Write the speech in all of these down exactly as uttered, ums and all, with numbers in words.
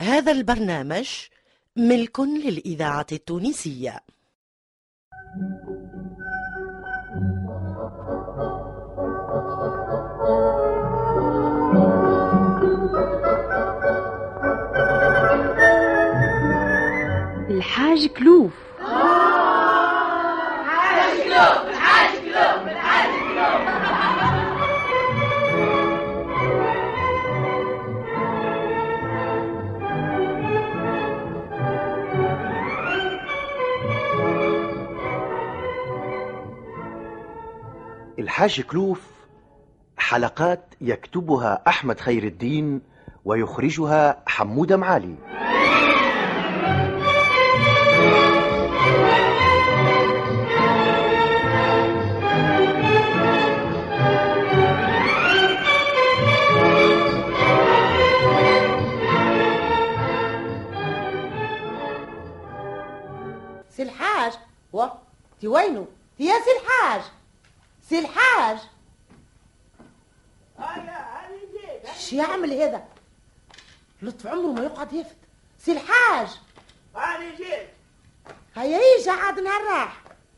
هذا البرنامج ملك للإذاعة التونسية. الحاج كلوف. الحاج كلوف الحاج كلوف الحاج كلوف. الحاج كلوف، حلقات يكتبها أحمد خير الدين ويخرجها حمود معالي. سي الحاج، و تي وينو؟ تي يا سي الحاج، سي الحاج. ايش يعمل هذا؟ لطف عمره ما يقعد يفت. سي الحاج انا جيت. هيا يجي عاد نهار راح.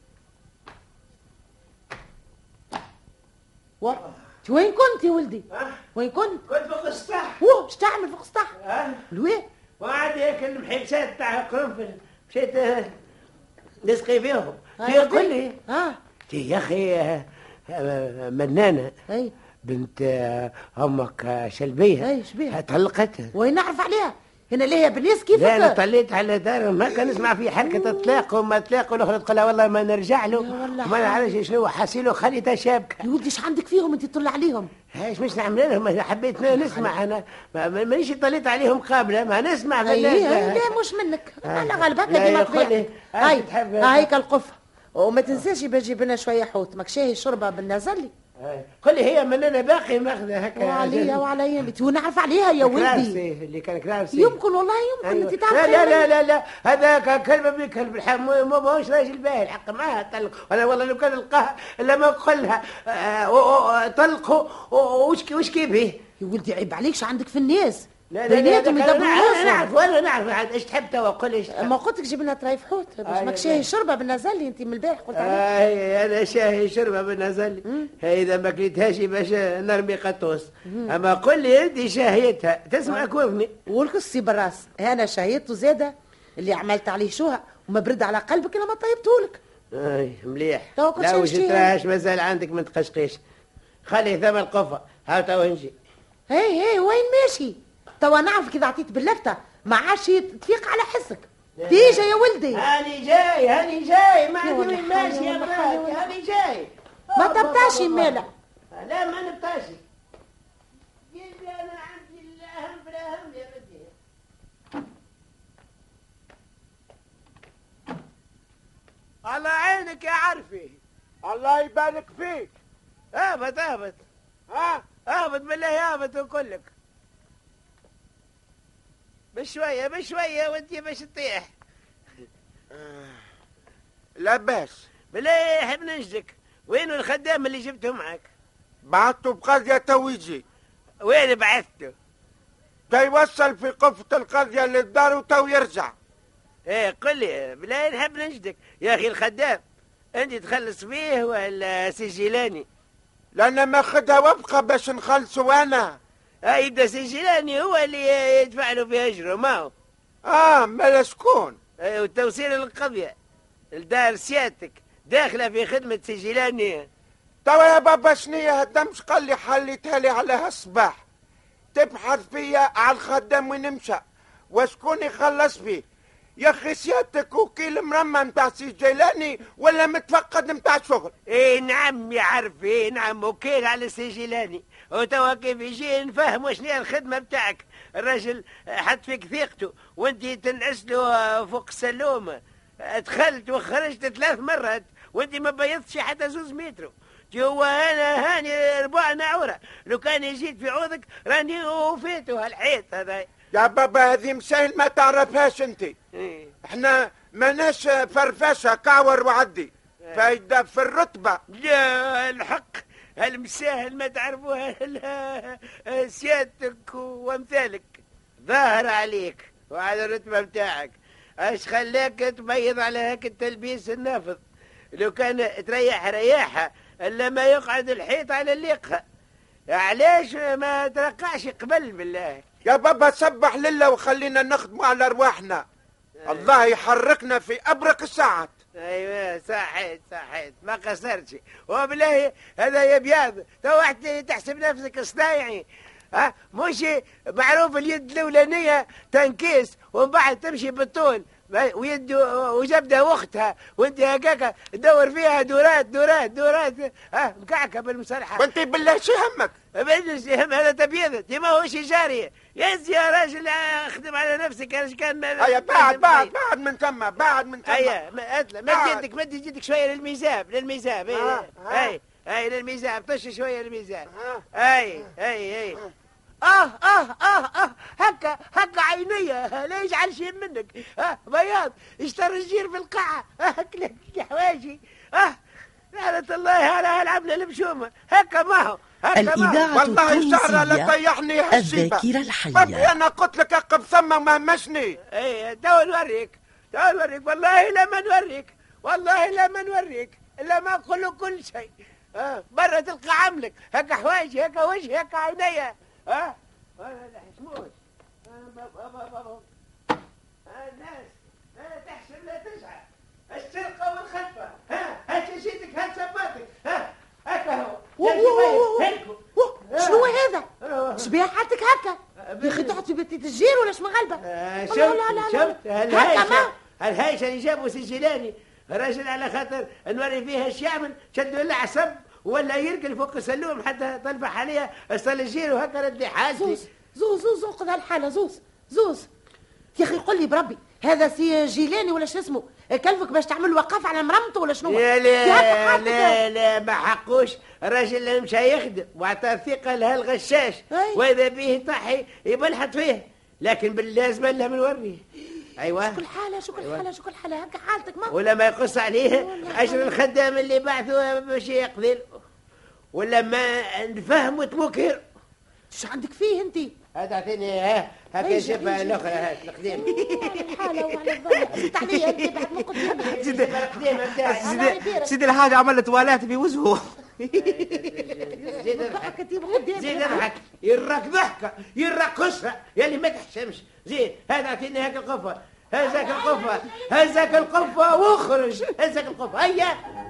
و تي وين كنت يا ولدي؟ وين كنت؟ كنت فوق السطح. اوه اش تعمل فوق السطح؟ اه لوين؟ وعاد هيك المحيسات تاع قرنفل مشيت نسقي فيهم. هيا قل لي ها تي يا اخي آه، منانه اي بنت آه، امك شلبيه. اي شبيها؟ طلقت. وين نعرف عليها؟ هنا ليها بنيس كيف؟ لا انا طليت على دارهم، ما كان نسمع في حركه اطلاق وما اطلاق والاخرى تقول والله ما نرجع له وما نعرفش شنو حاسيله خليتها شابكه. يا ولدي ايش عندك فيهم انت تطلع عليهم؟ ايش مش نعمل لهم؟ انا حبيت نسمع، انا مانيش طليت عليهم قابله، ما نسمع في الناس. لا مش منك، انا غالبا لا ديما خلي هاي هايك القفه. وما تنساش بجيب لنا شويه حوت، ماك شاهي شربه بالنزلي. قل لي هي من انا باقي ماخذه هكا. وعليا وعليا انت ونعرف عليها يا ولدي. اللي كان كراسي يمكن والله يمكن. أيوة. انت تعرف. لا لا لا لا, لا. هذا كلب ابن كلب الحم ماهوش راجل باهي الحق معاه طلق. انا والله لو كان نلقاها الا ما نقولها آه طلقه وش وش كيفه يا ولدي عيب عليكش عندك في الناس. لا لا بيناتهم يدبروا نفسهم. نعرف وانا نعرف عاد ايش تحب توا قول ايش ما قلت لك جيب لنا طرايف حوت باش ماك شاهي شربه بالنزلي انت من البارح قلت عليك. اي انا شاهي شربه بالنزلي اذا ما كليتهاش باش نرمي قطوس. اما قل لي انت شاهيتها تسمعك وذني والقصي بالراس. انا شاهيته زاده اللي عملت عليه شوها وما برد على قلبك انا ما طيبتهولك. اي مليح. لا وش تراش مازال عندك من تقشقيش. خلي ثم القفه هاو توا نجي. هي هي وين ماشي؟ توا نعرف كذا عطيت باللفته ما عادش تفيق على حسك. تيجي يا ولدي. هاني جاي هاني جاي ما عندي وين ماشي يا مراتي. هاني جاي. ما تبطاشي مالا. لا ما نبطاشي. جيبي انا عندي الاهم في الاهم يا بدي. الله عينك يا عرفي. الله يبارك فيك. اهبط اهبط. ها اهبط بالله اهبط ونقول لك. بشويه بشويه وانت باش تطيح. آه. لا باس. بالله يحب ننجدك. وين الخدام اللي جبته معك؟ بعثته بقضية تو يجي. وين بعثته؟ تا يوصل في قفة القضية للدار وتو يرجع. ايه قل لي بالله نحب ننجدك يا اخي الخدام انت تخلص فيه ولا سجلاني؟ لأن ماخدها وابقى باش نخلصه أنا. اه يبدا سجلاني هو اللي يدفع له في اجره ما هو. اه مالا شكون؟ ايه وتوصيل القضيه الدار سيادتك داخله في خدمه سجلاني. توا يا بابا شنيا هالدمش قال لي حليتها لي على هالصباح تبحث فيا على الخدام وين مشى وشكون يخلص فيه. يا اخي سيادتك وكيل مرمى نتاع سجلاني ولا متفقد نتاع شغل؟ ايه نعم يا عرفي ايه نعم وكيل على سجلاني. وتوا كيف يجي نفهم شنو هي الخدمه بتاعك. الراجل حط فيك ثقته وانت تنعس له فوق السلومه. دخلت وخرجت ثلاث مرات وانت ما بيضتش حتى زوز مترو. هو انا هاني ربعنا عوره لو كان يجيت في عوضك راني وفيته هالحيط هذا. يا بابا هذه مسائل ما تعرفهاش انت. إيه؟ احنا ماناش فرفشه كعور وعدي. إيه؟ فايده في الرتبه. لا الحق المساهل ما تعرفوها سيادتك وامثالك. ظاهر عليك وعلى الرتبة بتاعك. اش خلاك تبيض على هاك التلبيس النافض؟ لو كان تريح رياحة الا ما يقعد الحيط على اللقة. علاش ما ترقعش قبل بالله؟ يا بابا سبح لله وخلينا نخدموا على ارواحنا. الله يحركنا في ابرق الساعات. ايوه صحيت صحيت ما قصرتش. وبالله هذا يا بياض تو واحد تحسب نفسك صنايعي. ها مش معروف اليد الاولانيه تنكيس ومن بعد تمشي بالطول ويد وجبده واختها وانت هكاك تدور فيها دورات دورات دورات. ها مكعكه بالمصالحه. وانت بالله شو همك؟ بالله هم هذا تبييض دي ما هوش جاريه. يا يا راجل اخدم على نفسك ايش كان. هيا بعد بعد بعد من ثم بعد من ثم. هيا مد يدك مد يدك شويه للميزاب للميزاب. اي اي اي للميزاب طش شويه للميزاب. اي اي اي اه اه اه اه هكا هكا عينيا لا يجعل شيء منك. اه بياض اشترى الجير في القاعه. هكلك يا حواجي. اه لعنة الله على هالعمله المشومه. هكا ما هو الإذاعة والله الشعر لا التونسية طيحني هالشيبة. الذاكرة الحية. ربي أنا قلت لك أقب ثم ما مشني. اي تو نوريك تو نوريك والله لا ما نوريك والله لا ما نوريك إلا ما نقول له كل شيء. اه برا تلقى عملك هكا حوايجي هكا وجهي هكا عينيا. اه لا حشموش. الناس لا تحسب لا تسعى. السرقة والخطفة. ها هات شيتك هات سباتك. ها هكا هو. شنو هذا؟ شبيه حالتك هكا؟ يا اخي تحط في بيتي الجير ولا شمن غلبة؟ آه شفت لا لا شفت هالهايشة هالهايشة اللي جابوا سجلاني راجل على خاطر نوري فيها الشعب شدوا لها عصب ولا يركل فوق السلوم حتى تلفح عليها اصل الجير وهكا ردي حالتي. زوز زوز زوز انقذ هالحالة زوز زوز. يا اخي قل لي بربي هذا سي جيلاني ولا شو اسمه كلفك باش تعمل وقف على مرمته ولا شنو؟ لا لا لا لا ما حقوش راجل مشى يخدم واعطى الثقه لهالغشاش واذا به طاحي يبلحط فيه لكن باللازمه لا منوريه. ايوه شكون الحاله شكون الحاله شكون الحاله هكا حالتك ما ولا ما يقص عليه اجر الخدام اللي بعثوه باش يقضي ولا ما نفهم وتمكر. شو عندك فيه انت؟ هذا اعطيني ها هكا شوفها الاخرى هات القديم. الحاله وعلى الظهر زدت عليا انت بعد ما قلت لك سيدي سيدي سيدي الحاج عمل تواليت في وجهه. زيد اضحك زيد اضحك يراك ضحكه يراك قصه يلي ما تحشمش. زيد هذا اعطيني هكا القفه هزاك القفه هزاك القفه واخرج هزاك القفه هيا.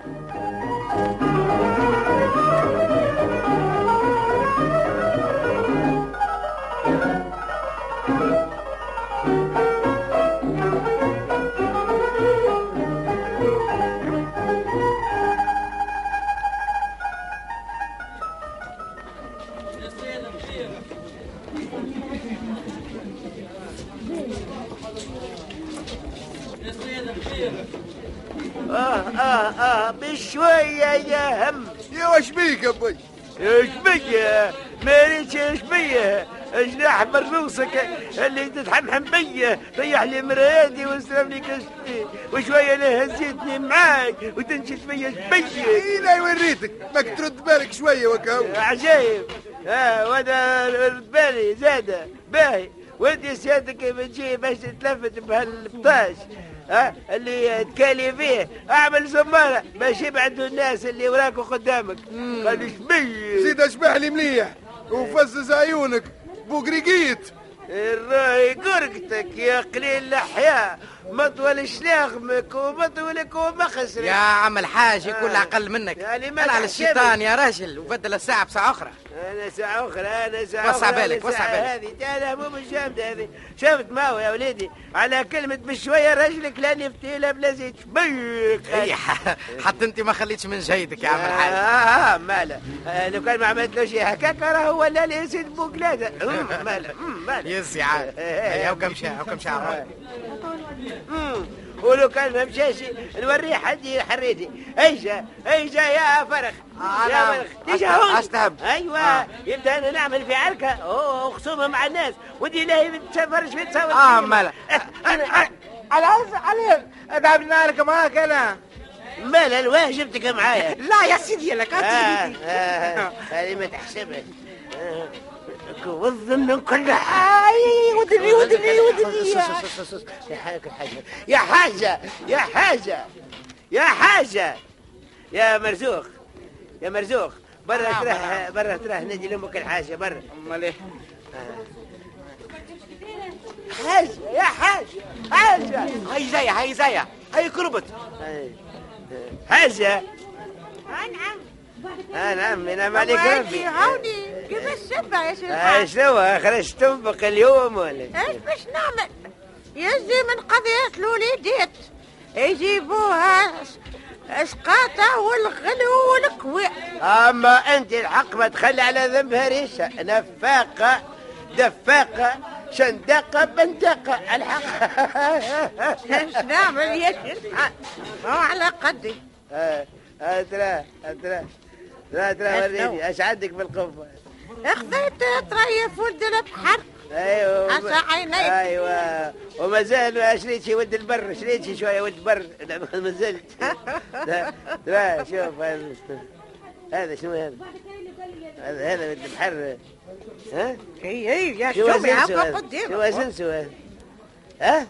اه اه اه بشوية يا هم. يا واش بيك يا بي؟ ايش بيا؟ ما ريتش ايش بيا؟ جناح برنوسك اللي تتحمحم بيا طيح لي مرادي وسلم لي كشتي وشويه لا هزيتني معاك وتنشد فيا بيا. اي لا وريتك ماك ترد بالك شويه وكاو. عجايب. اه وانا رد بالي زاده باهي وانت سيادتك بتجي باش تتلفت بهالبطاش ها أه؟ اللي تكالي فيه اعمل زمارة باش يبعدوا الناس اللي وراك وقدامك. قال شبيه زيد اشبح لي مليح وفزز عيونك بوقريقيت. الراي قرقتك يا قليل الاحياء مطول شلاغمك ومطولك ومخسرك. يا عم الحاج يكون اقل منك. يعني انا على الشيطان يا راجل وبدل الساعه بساعه اخرى. انا ساعه اخرى انا ساعه وسع بالك وسع بالك. هذه انا مو بالجامده هذه شفت ماهو يا وليدي على كلمه بشويه رجلك لاني فتيله بلا زيت شبيك. اي حتى انت ما خليتش من جيدك يا عم الحاج. اه اه مالا آه لو كان ما عملتلوش هكاك راه ولا لي يزيد بوكلاده. مالا مالا يزي عاد هيا وكم شاء وكم شاء. ولو كان ما مشاش نوريه حد حريتي. ايجا ايجا يا فرخ يا فرخ تيجا هون. اشتهب ايوه آه. يبدا انا نعمل في عركه اوه خصومه مع الناس ودي لا تفرج في تصور. اه مالا انا على عليك ادعب نارك معاك انا. مالا الواه جبتك معايا. لا يا سيدي لك هذه ما تحسبها. والظن كلها. اي ودني ودني ودني يا حاجة يا حاجة يا حاجة يا حاجة يا مرزوق يا مرزوق برا تراه برا تراه ندي لامك الحاجة برا. امال ايه؟ حاجة يا حاجة حاجة هاي زي هاي زي هاي كربت حاجة. اه نعم اه نعم انا مالك ربي. هوني كيف السبة يا شيخ؟ اه شنو خرجت تنفق اليوم ولا ايش باش نعمل؟ يجي من قضية الوليدات يجيبوها اسقاطة والغلو والكوي. اما انت الحق ما تخلي على ذنبها ريشه. نفاقه دفاقه شندقه بندقه الحق. ايش نعمل يا شيخ؟ هو على قدي. اه اه ترى ترى ترى ترى وريني ايش عندك بالقفه. اخذت طريف ولد البحر. ايوه عسى عينيك. ايوه وما زال شريتي ولد البر شريتي شويه ولد بر ما زلت. ترى شوف هذا هذا شنو هذا هذا هذا ولد البحر. ها اي اي يا شو شومي هكا شو قدامك. زنسو هذا. ها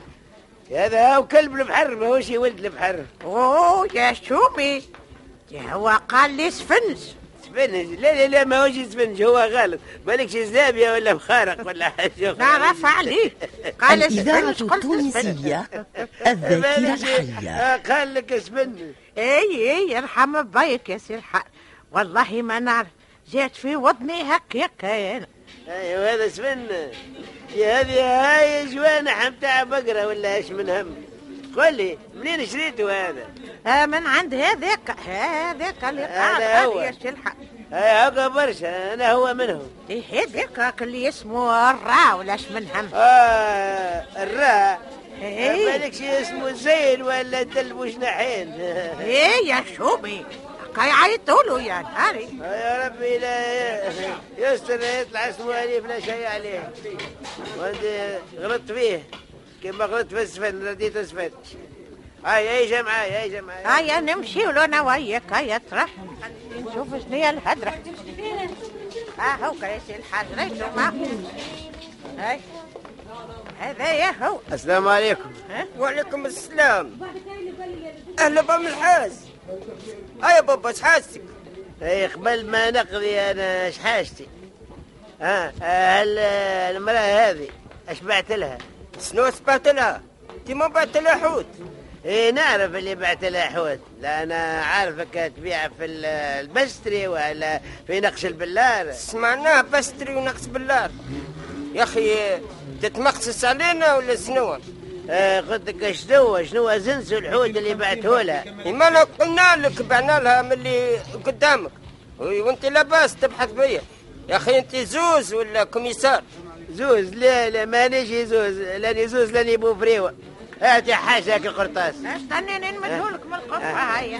هذا هو كلب البحر ما هوش ولد البحر. اوه يا شومي يا هو قال لي سفنج. سفنج لا لا لا ما هوش سفنج هو غلط مالكش زلابيا ولا مخارق ولا حاجه. نعرف عليه قال الإذاعة سفنج قلت سفنج. التونسية الذاكرة الحية. قال لك سفنج. اي اي يرحم بيك يا سي الحق والله ما نعرف جات في وضني هكاك انا. ايوه هذا سفن يا هذه هاي جوانح متاع بقره ولا ايش من هم. قول لي منين شريته هذا؟ آه من عند هذاك هذاك اللي قاعد هذا هو. يا سي الحق. هاي هاكا برشا انا هو منهم. ايه هذاك اللي اسمه الراء ولاش من هم. اه الراء. ايه مالكش اسمه زين ولا دلب جناحين. ايه يا شومي كاي عيطوا له يا نهاري. يا ربي لا يستر يطلع اسمه اليف لا شيء عليه. وانت غلطت فيه كما غلطت في السفن رديت السفن. هاي هاي جمعة هاي جمعة. هيا نمشي ولو انا وياك هيا ترى نشوف شنو هي الهدرة. ها هو يا سي الحاج ريتو معه. هاي هذا يا هو. السلام عليكم. وعليكم السلام. اهلا بام الحاج. هيا بابا اش حاجتك؟ اي قبل ما نقضي انا اش حاجتي. ها هل المرأة هذه اش بعت لها؟ شنو سبعت لها؟ انت ما بعت لها حوت؟ ايه نعرف اللي بعت لها حوت. لا انا عارفك تبيع في البستري ولا في نقش البلار. سمعناها بستري ونقص بالله يا اخي. تتمخصص علينا ولا شنو؟ آه قلت لك شنو شنو زنسو الحوت اللي بعته لها. ما انا قلنا لك بعنا لها من اللي قدامك وانت لاباس تبحث بيا يا اخي. انت زوز ولا كوميسار؟ زوز لا لا مانيش زوز لاني زوز لاني بوفريوه. هاتي حاجك القرطاس. استناني نمدهولك من القفة هيا.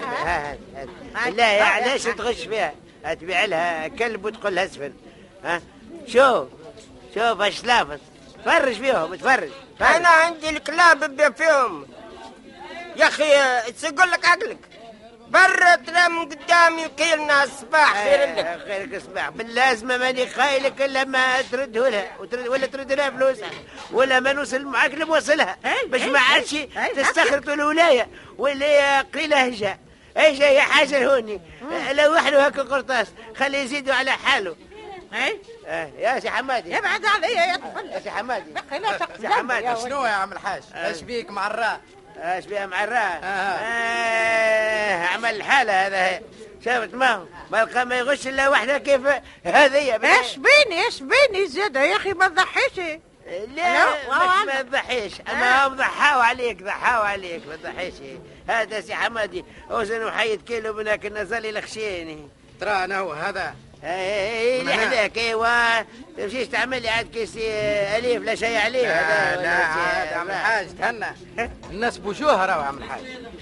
لا علاش تغش فيها؟ تبيع لها كلب وتقول لها اسفل. ها شوف شوف اش لافظ تفرج فيهم تفرج. انا عندي الكلاب ببيع فيهم يا اخي. تقول لك عقلك برا ترى من قدامي وكيلنا الصباح خير لك. آه خيرك الصباح باللازمه ماني خايلك الا ما ترده لها وترد ولا ترد لها فلوسها ولا ما نوصل معاك لموصلها باش ما عادش تستخرطوا الولايه واللي قليله هجا. ايش هي حاجه هوني لو وحده هكا قرطاس خليه يزيدوا على حاله. اي اه يا سي حمادي ابعد عليا يا طفل يا سي حمادي. بقي لا تقتل سي حمادي. شنو يا عم الحاج؟ ايش بيك مع الراء؟ ايش بيها مع الراء؟ آه. آه. عمل الحالة هذا هي. شافت ما هو ما لقى ما يغش الا وحده كيف هذه. ايش بيني ايش بيني زيادة يا اخي ما تضحيش. لا مش ما تضحيش اما هم ضحاوا عليك ضحاوا عليك ما تضحيش. هذا سي حمادي وزن وحيد كيلو من هاك النزالي الخشيني. ترى انا هو هذا اي اللي عليك ايوا تمشيش تعمل لي عاد كيس اليف لا شيء عليه. لا لا عاد عم الحاج تهنى الناس بوجوها راهو عم الحاج.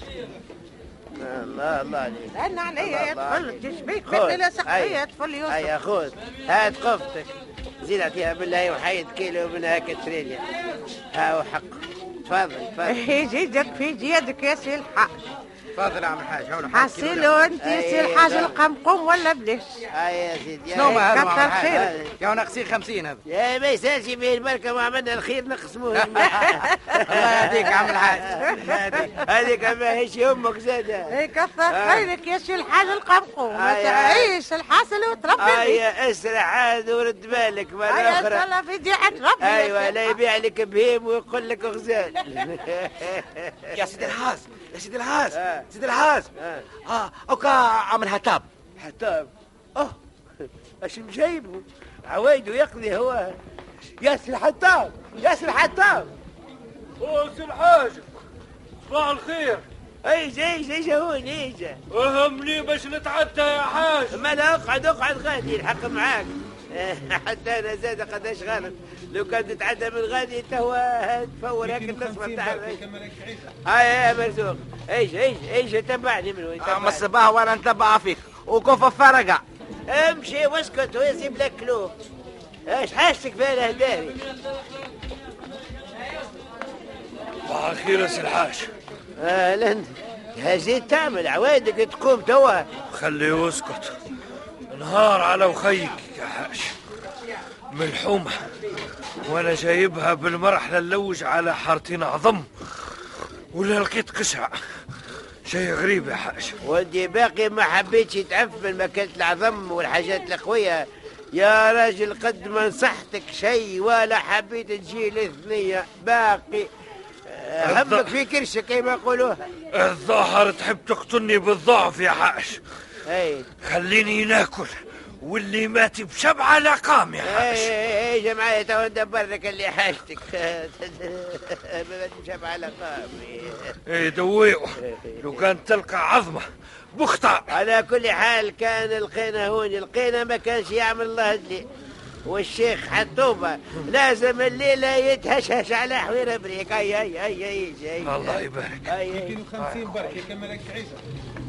الله الله عليك. لأن عليا يا طفل تشبيك مثل سقفية طفل يوسف. هيا خذ هات قفتك زيد اعطيها بالله وحيد كيلو من هاك التريليا. ها هو حق تفضل تفضل. يزيدك في جيدك يا سي الحاج تفضل يا عم الحاج. حصلوا انت سي الحاج القمقم ولا بلاش؟ اي يا سيدي. شنو ما هذا؟ كتر خيرك. يا ناقصين خمسين هذا. يا ما يسالش به البركه وعملنا الخير نقسموه. الله يهديك يا عم الحاج. هذيك ما هيش امك زاده. اي كثر خيرك يا سي الحاج القمقم. ما تعيش الحاصل وتربي. اي اسرع عاد ورد بالك مره اخرى. اي صلاه في ديحه ربي. ايوه لا يبيع لك بهيم ويقول لك غزال. يا سيدي الحاج يا سيدي الحاج سيدي الحاج اه اوكا عمل هتاب حتاب. اه اش مجيبه عوايده يقضي هو. ياسر الحتاب ياسر الحتاب. او سي الحاج صباح الخير. ايجا ايجا ايجا هون ايجا. اهمني باش نتعدى يا حاج. ما لا اقعد اقعد غادي الحق معاك. حتى انا زاد قداش غلط. لو كان تتعدى من غادي توا تفور هيك النصبه تاع هاي يا مرزوق. ايجا ايجا ايجا تبعني من وين. اما الصباح وانا نتبع فيك وكوف فرقع. امشي واسكت ويسيب لك كلوب. ايش حاجتك فيها الهداري؟ صباح الخير يا سي الحاج. اهلا. يا زيد تعمل عوايدك تقوم توا. خليه يسكت. نهار على وخيك يا حاج. ملحومة وانا جايبها بالمرحلة اللوج على حارتين عظم ولا لقيت قشع. شيء غريب يا حاج. ودي باقي ما حبيتش تعف من مكانة العظم والحاجات القوية يا راجل. قد ما نصحتك شيء ولا حبيت تجي الاثنية باقي همك في كرشك كيما يقولوها. الظاهر تحب تقتلني بالضعف يا حاج. اي خليني ناكل واللي مات بشبعة لقام يا حاج. اي اي جماعة تو ندبر لك اللي حاجتك. مات بشبعة لقام. اي دويو لو كان تلقى عظمة بخطأ. على كل حال كان القينا هون القينا ما كانش يعمل الله اللي. والشيخ حطوبة لازم الليلة يتهشهش على حوير بريك. اي اي اي اي, أي. الله يبارك. مئتين وخمسين بركة يكملك عيسى.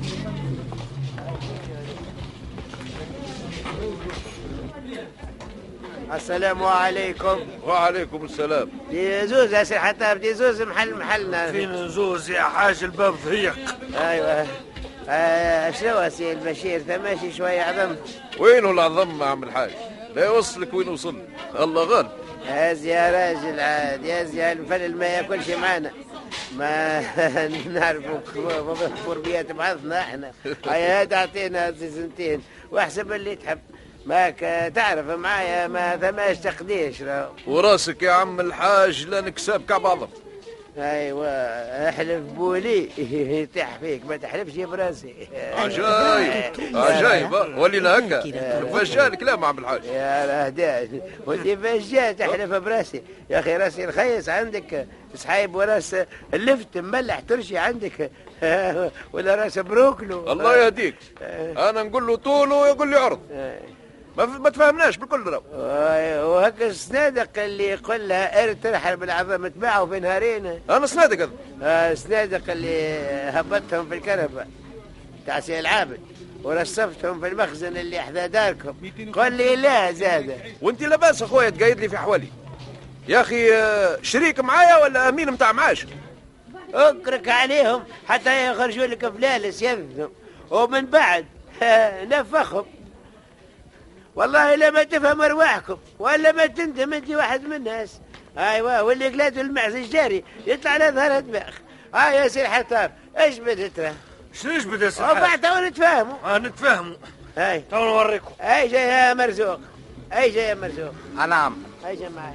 السلام عليكم. وعليكم السلام. دي زوز يا سي حتاب. دي زوز محل محلنا. فين زوز يا حاج؟ الباب ضيق. ايوه. آه شنو سي البشير ثماشي شوية عظم. وينه العظم يا عم الحاج؟ لا يوصلك وين وصل. الله غالب. هاز يا راجل عاد ياز يا الفلل ما ياكلش معانا. ما نعرفوا قربيات بعضنا احنا. هيا تعطينا سنتين واحسب اللي تحب. ماك تعرف معايا ما ثماش تقديش راهو. وراسك يا عم الحاج لا نكسب كعب عظم. ايوه احلف بولي يتيح فيك ما تحلفش براسي. عجايب عجايب ولينا هكا فجان كلام عم الحاج. يا رهداش وانت فجان تحلف براسي يا اخي. راسي الخيس عندك صحايب وراس اللفت مملح ترشي عندك ولا راس بروكلو. الله يهديك. انا نقول له طول ويقول لي عرض. ما ما تفهمناش بالكل راهو. وهكا الصنادق اللي يقول لها ار ترحل بالعظم تباعوا في نهارين. انا صنادق هذا. آه الصنادق اللي هبطتهم في الكنبه تاع سي العابد ورصفتهم في المخزن اللي احدى داركم. قل لي لا زاده. وانت لاباس اخويا تقايد لي في حوالي يا اخي. شريك معايا ولا امين متاع معاش؟ اكرك عليهم حتى يخرجوا لك فلالس يذنهم ومن بعد نفخهم. والله لا ما تفهم ارواحكم ولا ما تندم انت واحد من الناس. ايوه واللي قلاتوا المعز الجاري يطلع على ظهر دماغ. اه يا سي الحطاب ايش بدت له؟ شنو بدت يا سي الحطاب؟ وبعد تو نتفاهموا. اه نتفاهموا. اي تو نوريكم. اي جاي يا مرزوق. اي جاي يا مرزوق. نعم. اي جاي معي.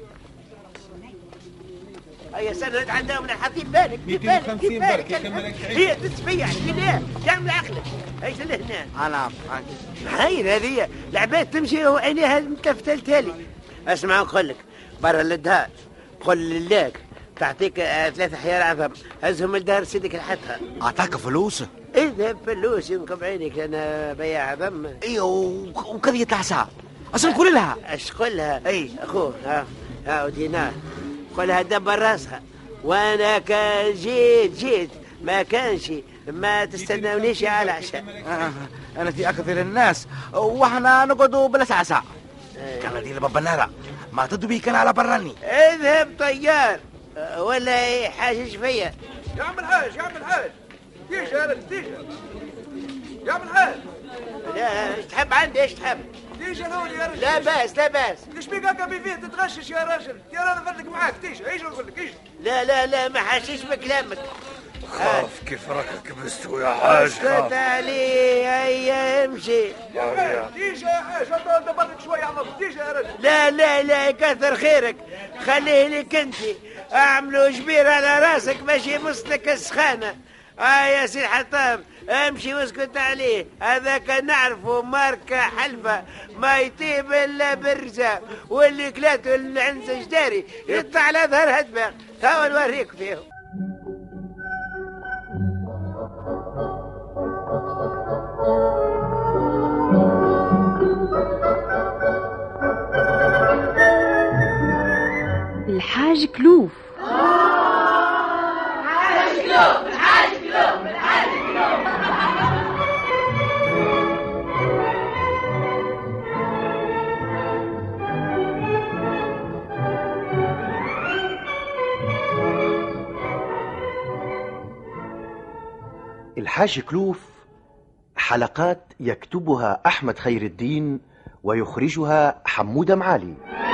اي سنة نتعداو من الحطيب بالك. مئتين وخمسين بركة يكملك هي تسفيع بالله تعمل عقلك. ايش لهنا؟ نعم. هاي هذه العباد تمشي وعينيها متفتة التالي. اسمع نقول لك برا للدهار قل لله تعطيك ثلاثة حيار عظم هزهم الدهر سيدك لحتها. اعطاك فلوس؟ اذهب فلوس ينكب عينك انا بياع عظم. ايوه وكذا يطلع ساعة اصلا نقول لها اش قولها؟ اي اخوه ها ها ودينار قولها دبر راسها. وانا كان جيت جيت ما كانش ما تستنونيش على عشاء. آه انا في اكثر الناس واحنا نقعدوا بلا ساعة ساعة. كان دي باب النار ما تدبي كان على براني. اذهب طيار ولا حاجة فيا. يا عم الحاج يا عم الحاج تيجي يا رجل تيجي يا عم الحاج. لا ايش تحب عندي ايش تحب؟ تيجي نقول يا رجل. لا باس لا باس. ايش بيك هكا بفيه تتغشش يا راجل؟ يا راجل نفرلك معاك تيجي ايش نقول لك ايش؟ لا لا لا ما حاشيش بكلامك. خاف كيف راك كبستو يا حاج. اسكت علي هيا امشي. يا حاج تيجي يا حاج انت برك شويه عمر تيجي يا رجل. لا لا لا كثر خيرك خليه لك انت اعملوا جبير على راسك ماشي يمسلك السخانه. اه يا سي الحطام امشي واسكت عليه هذاك نعرفه ماركه حلفه ما يطيب الا برزه واللي كلاته اللي عند جداري يطلع على ظهرها دماغ. توا نوريك فيهم. الحاج كلوف. الحاج كلوف الحاج كلوف الحاج كلوف. الحاج كلوف حلقات يكتبها أحمد خير الدين ويخرجها حمودة معالي.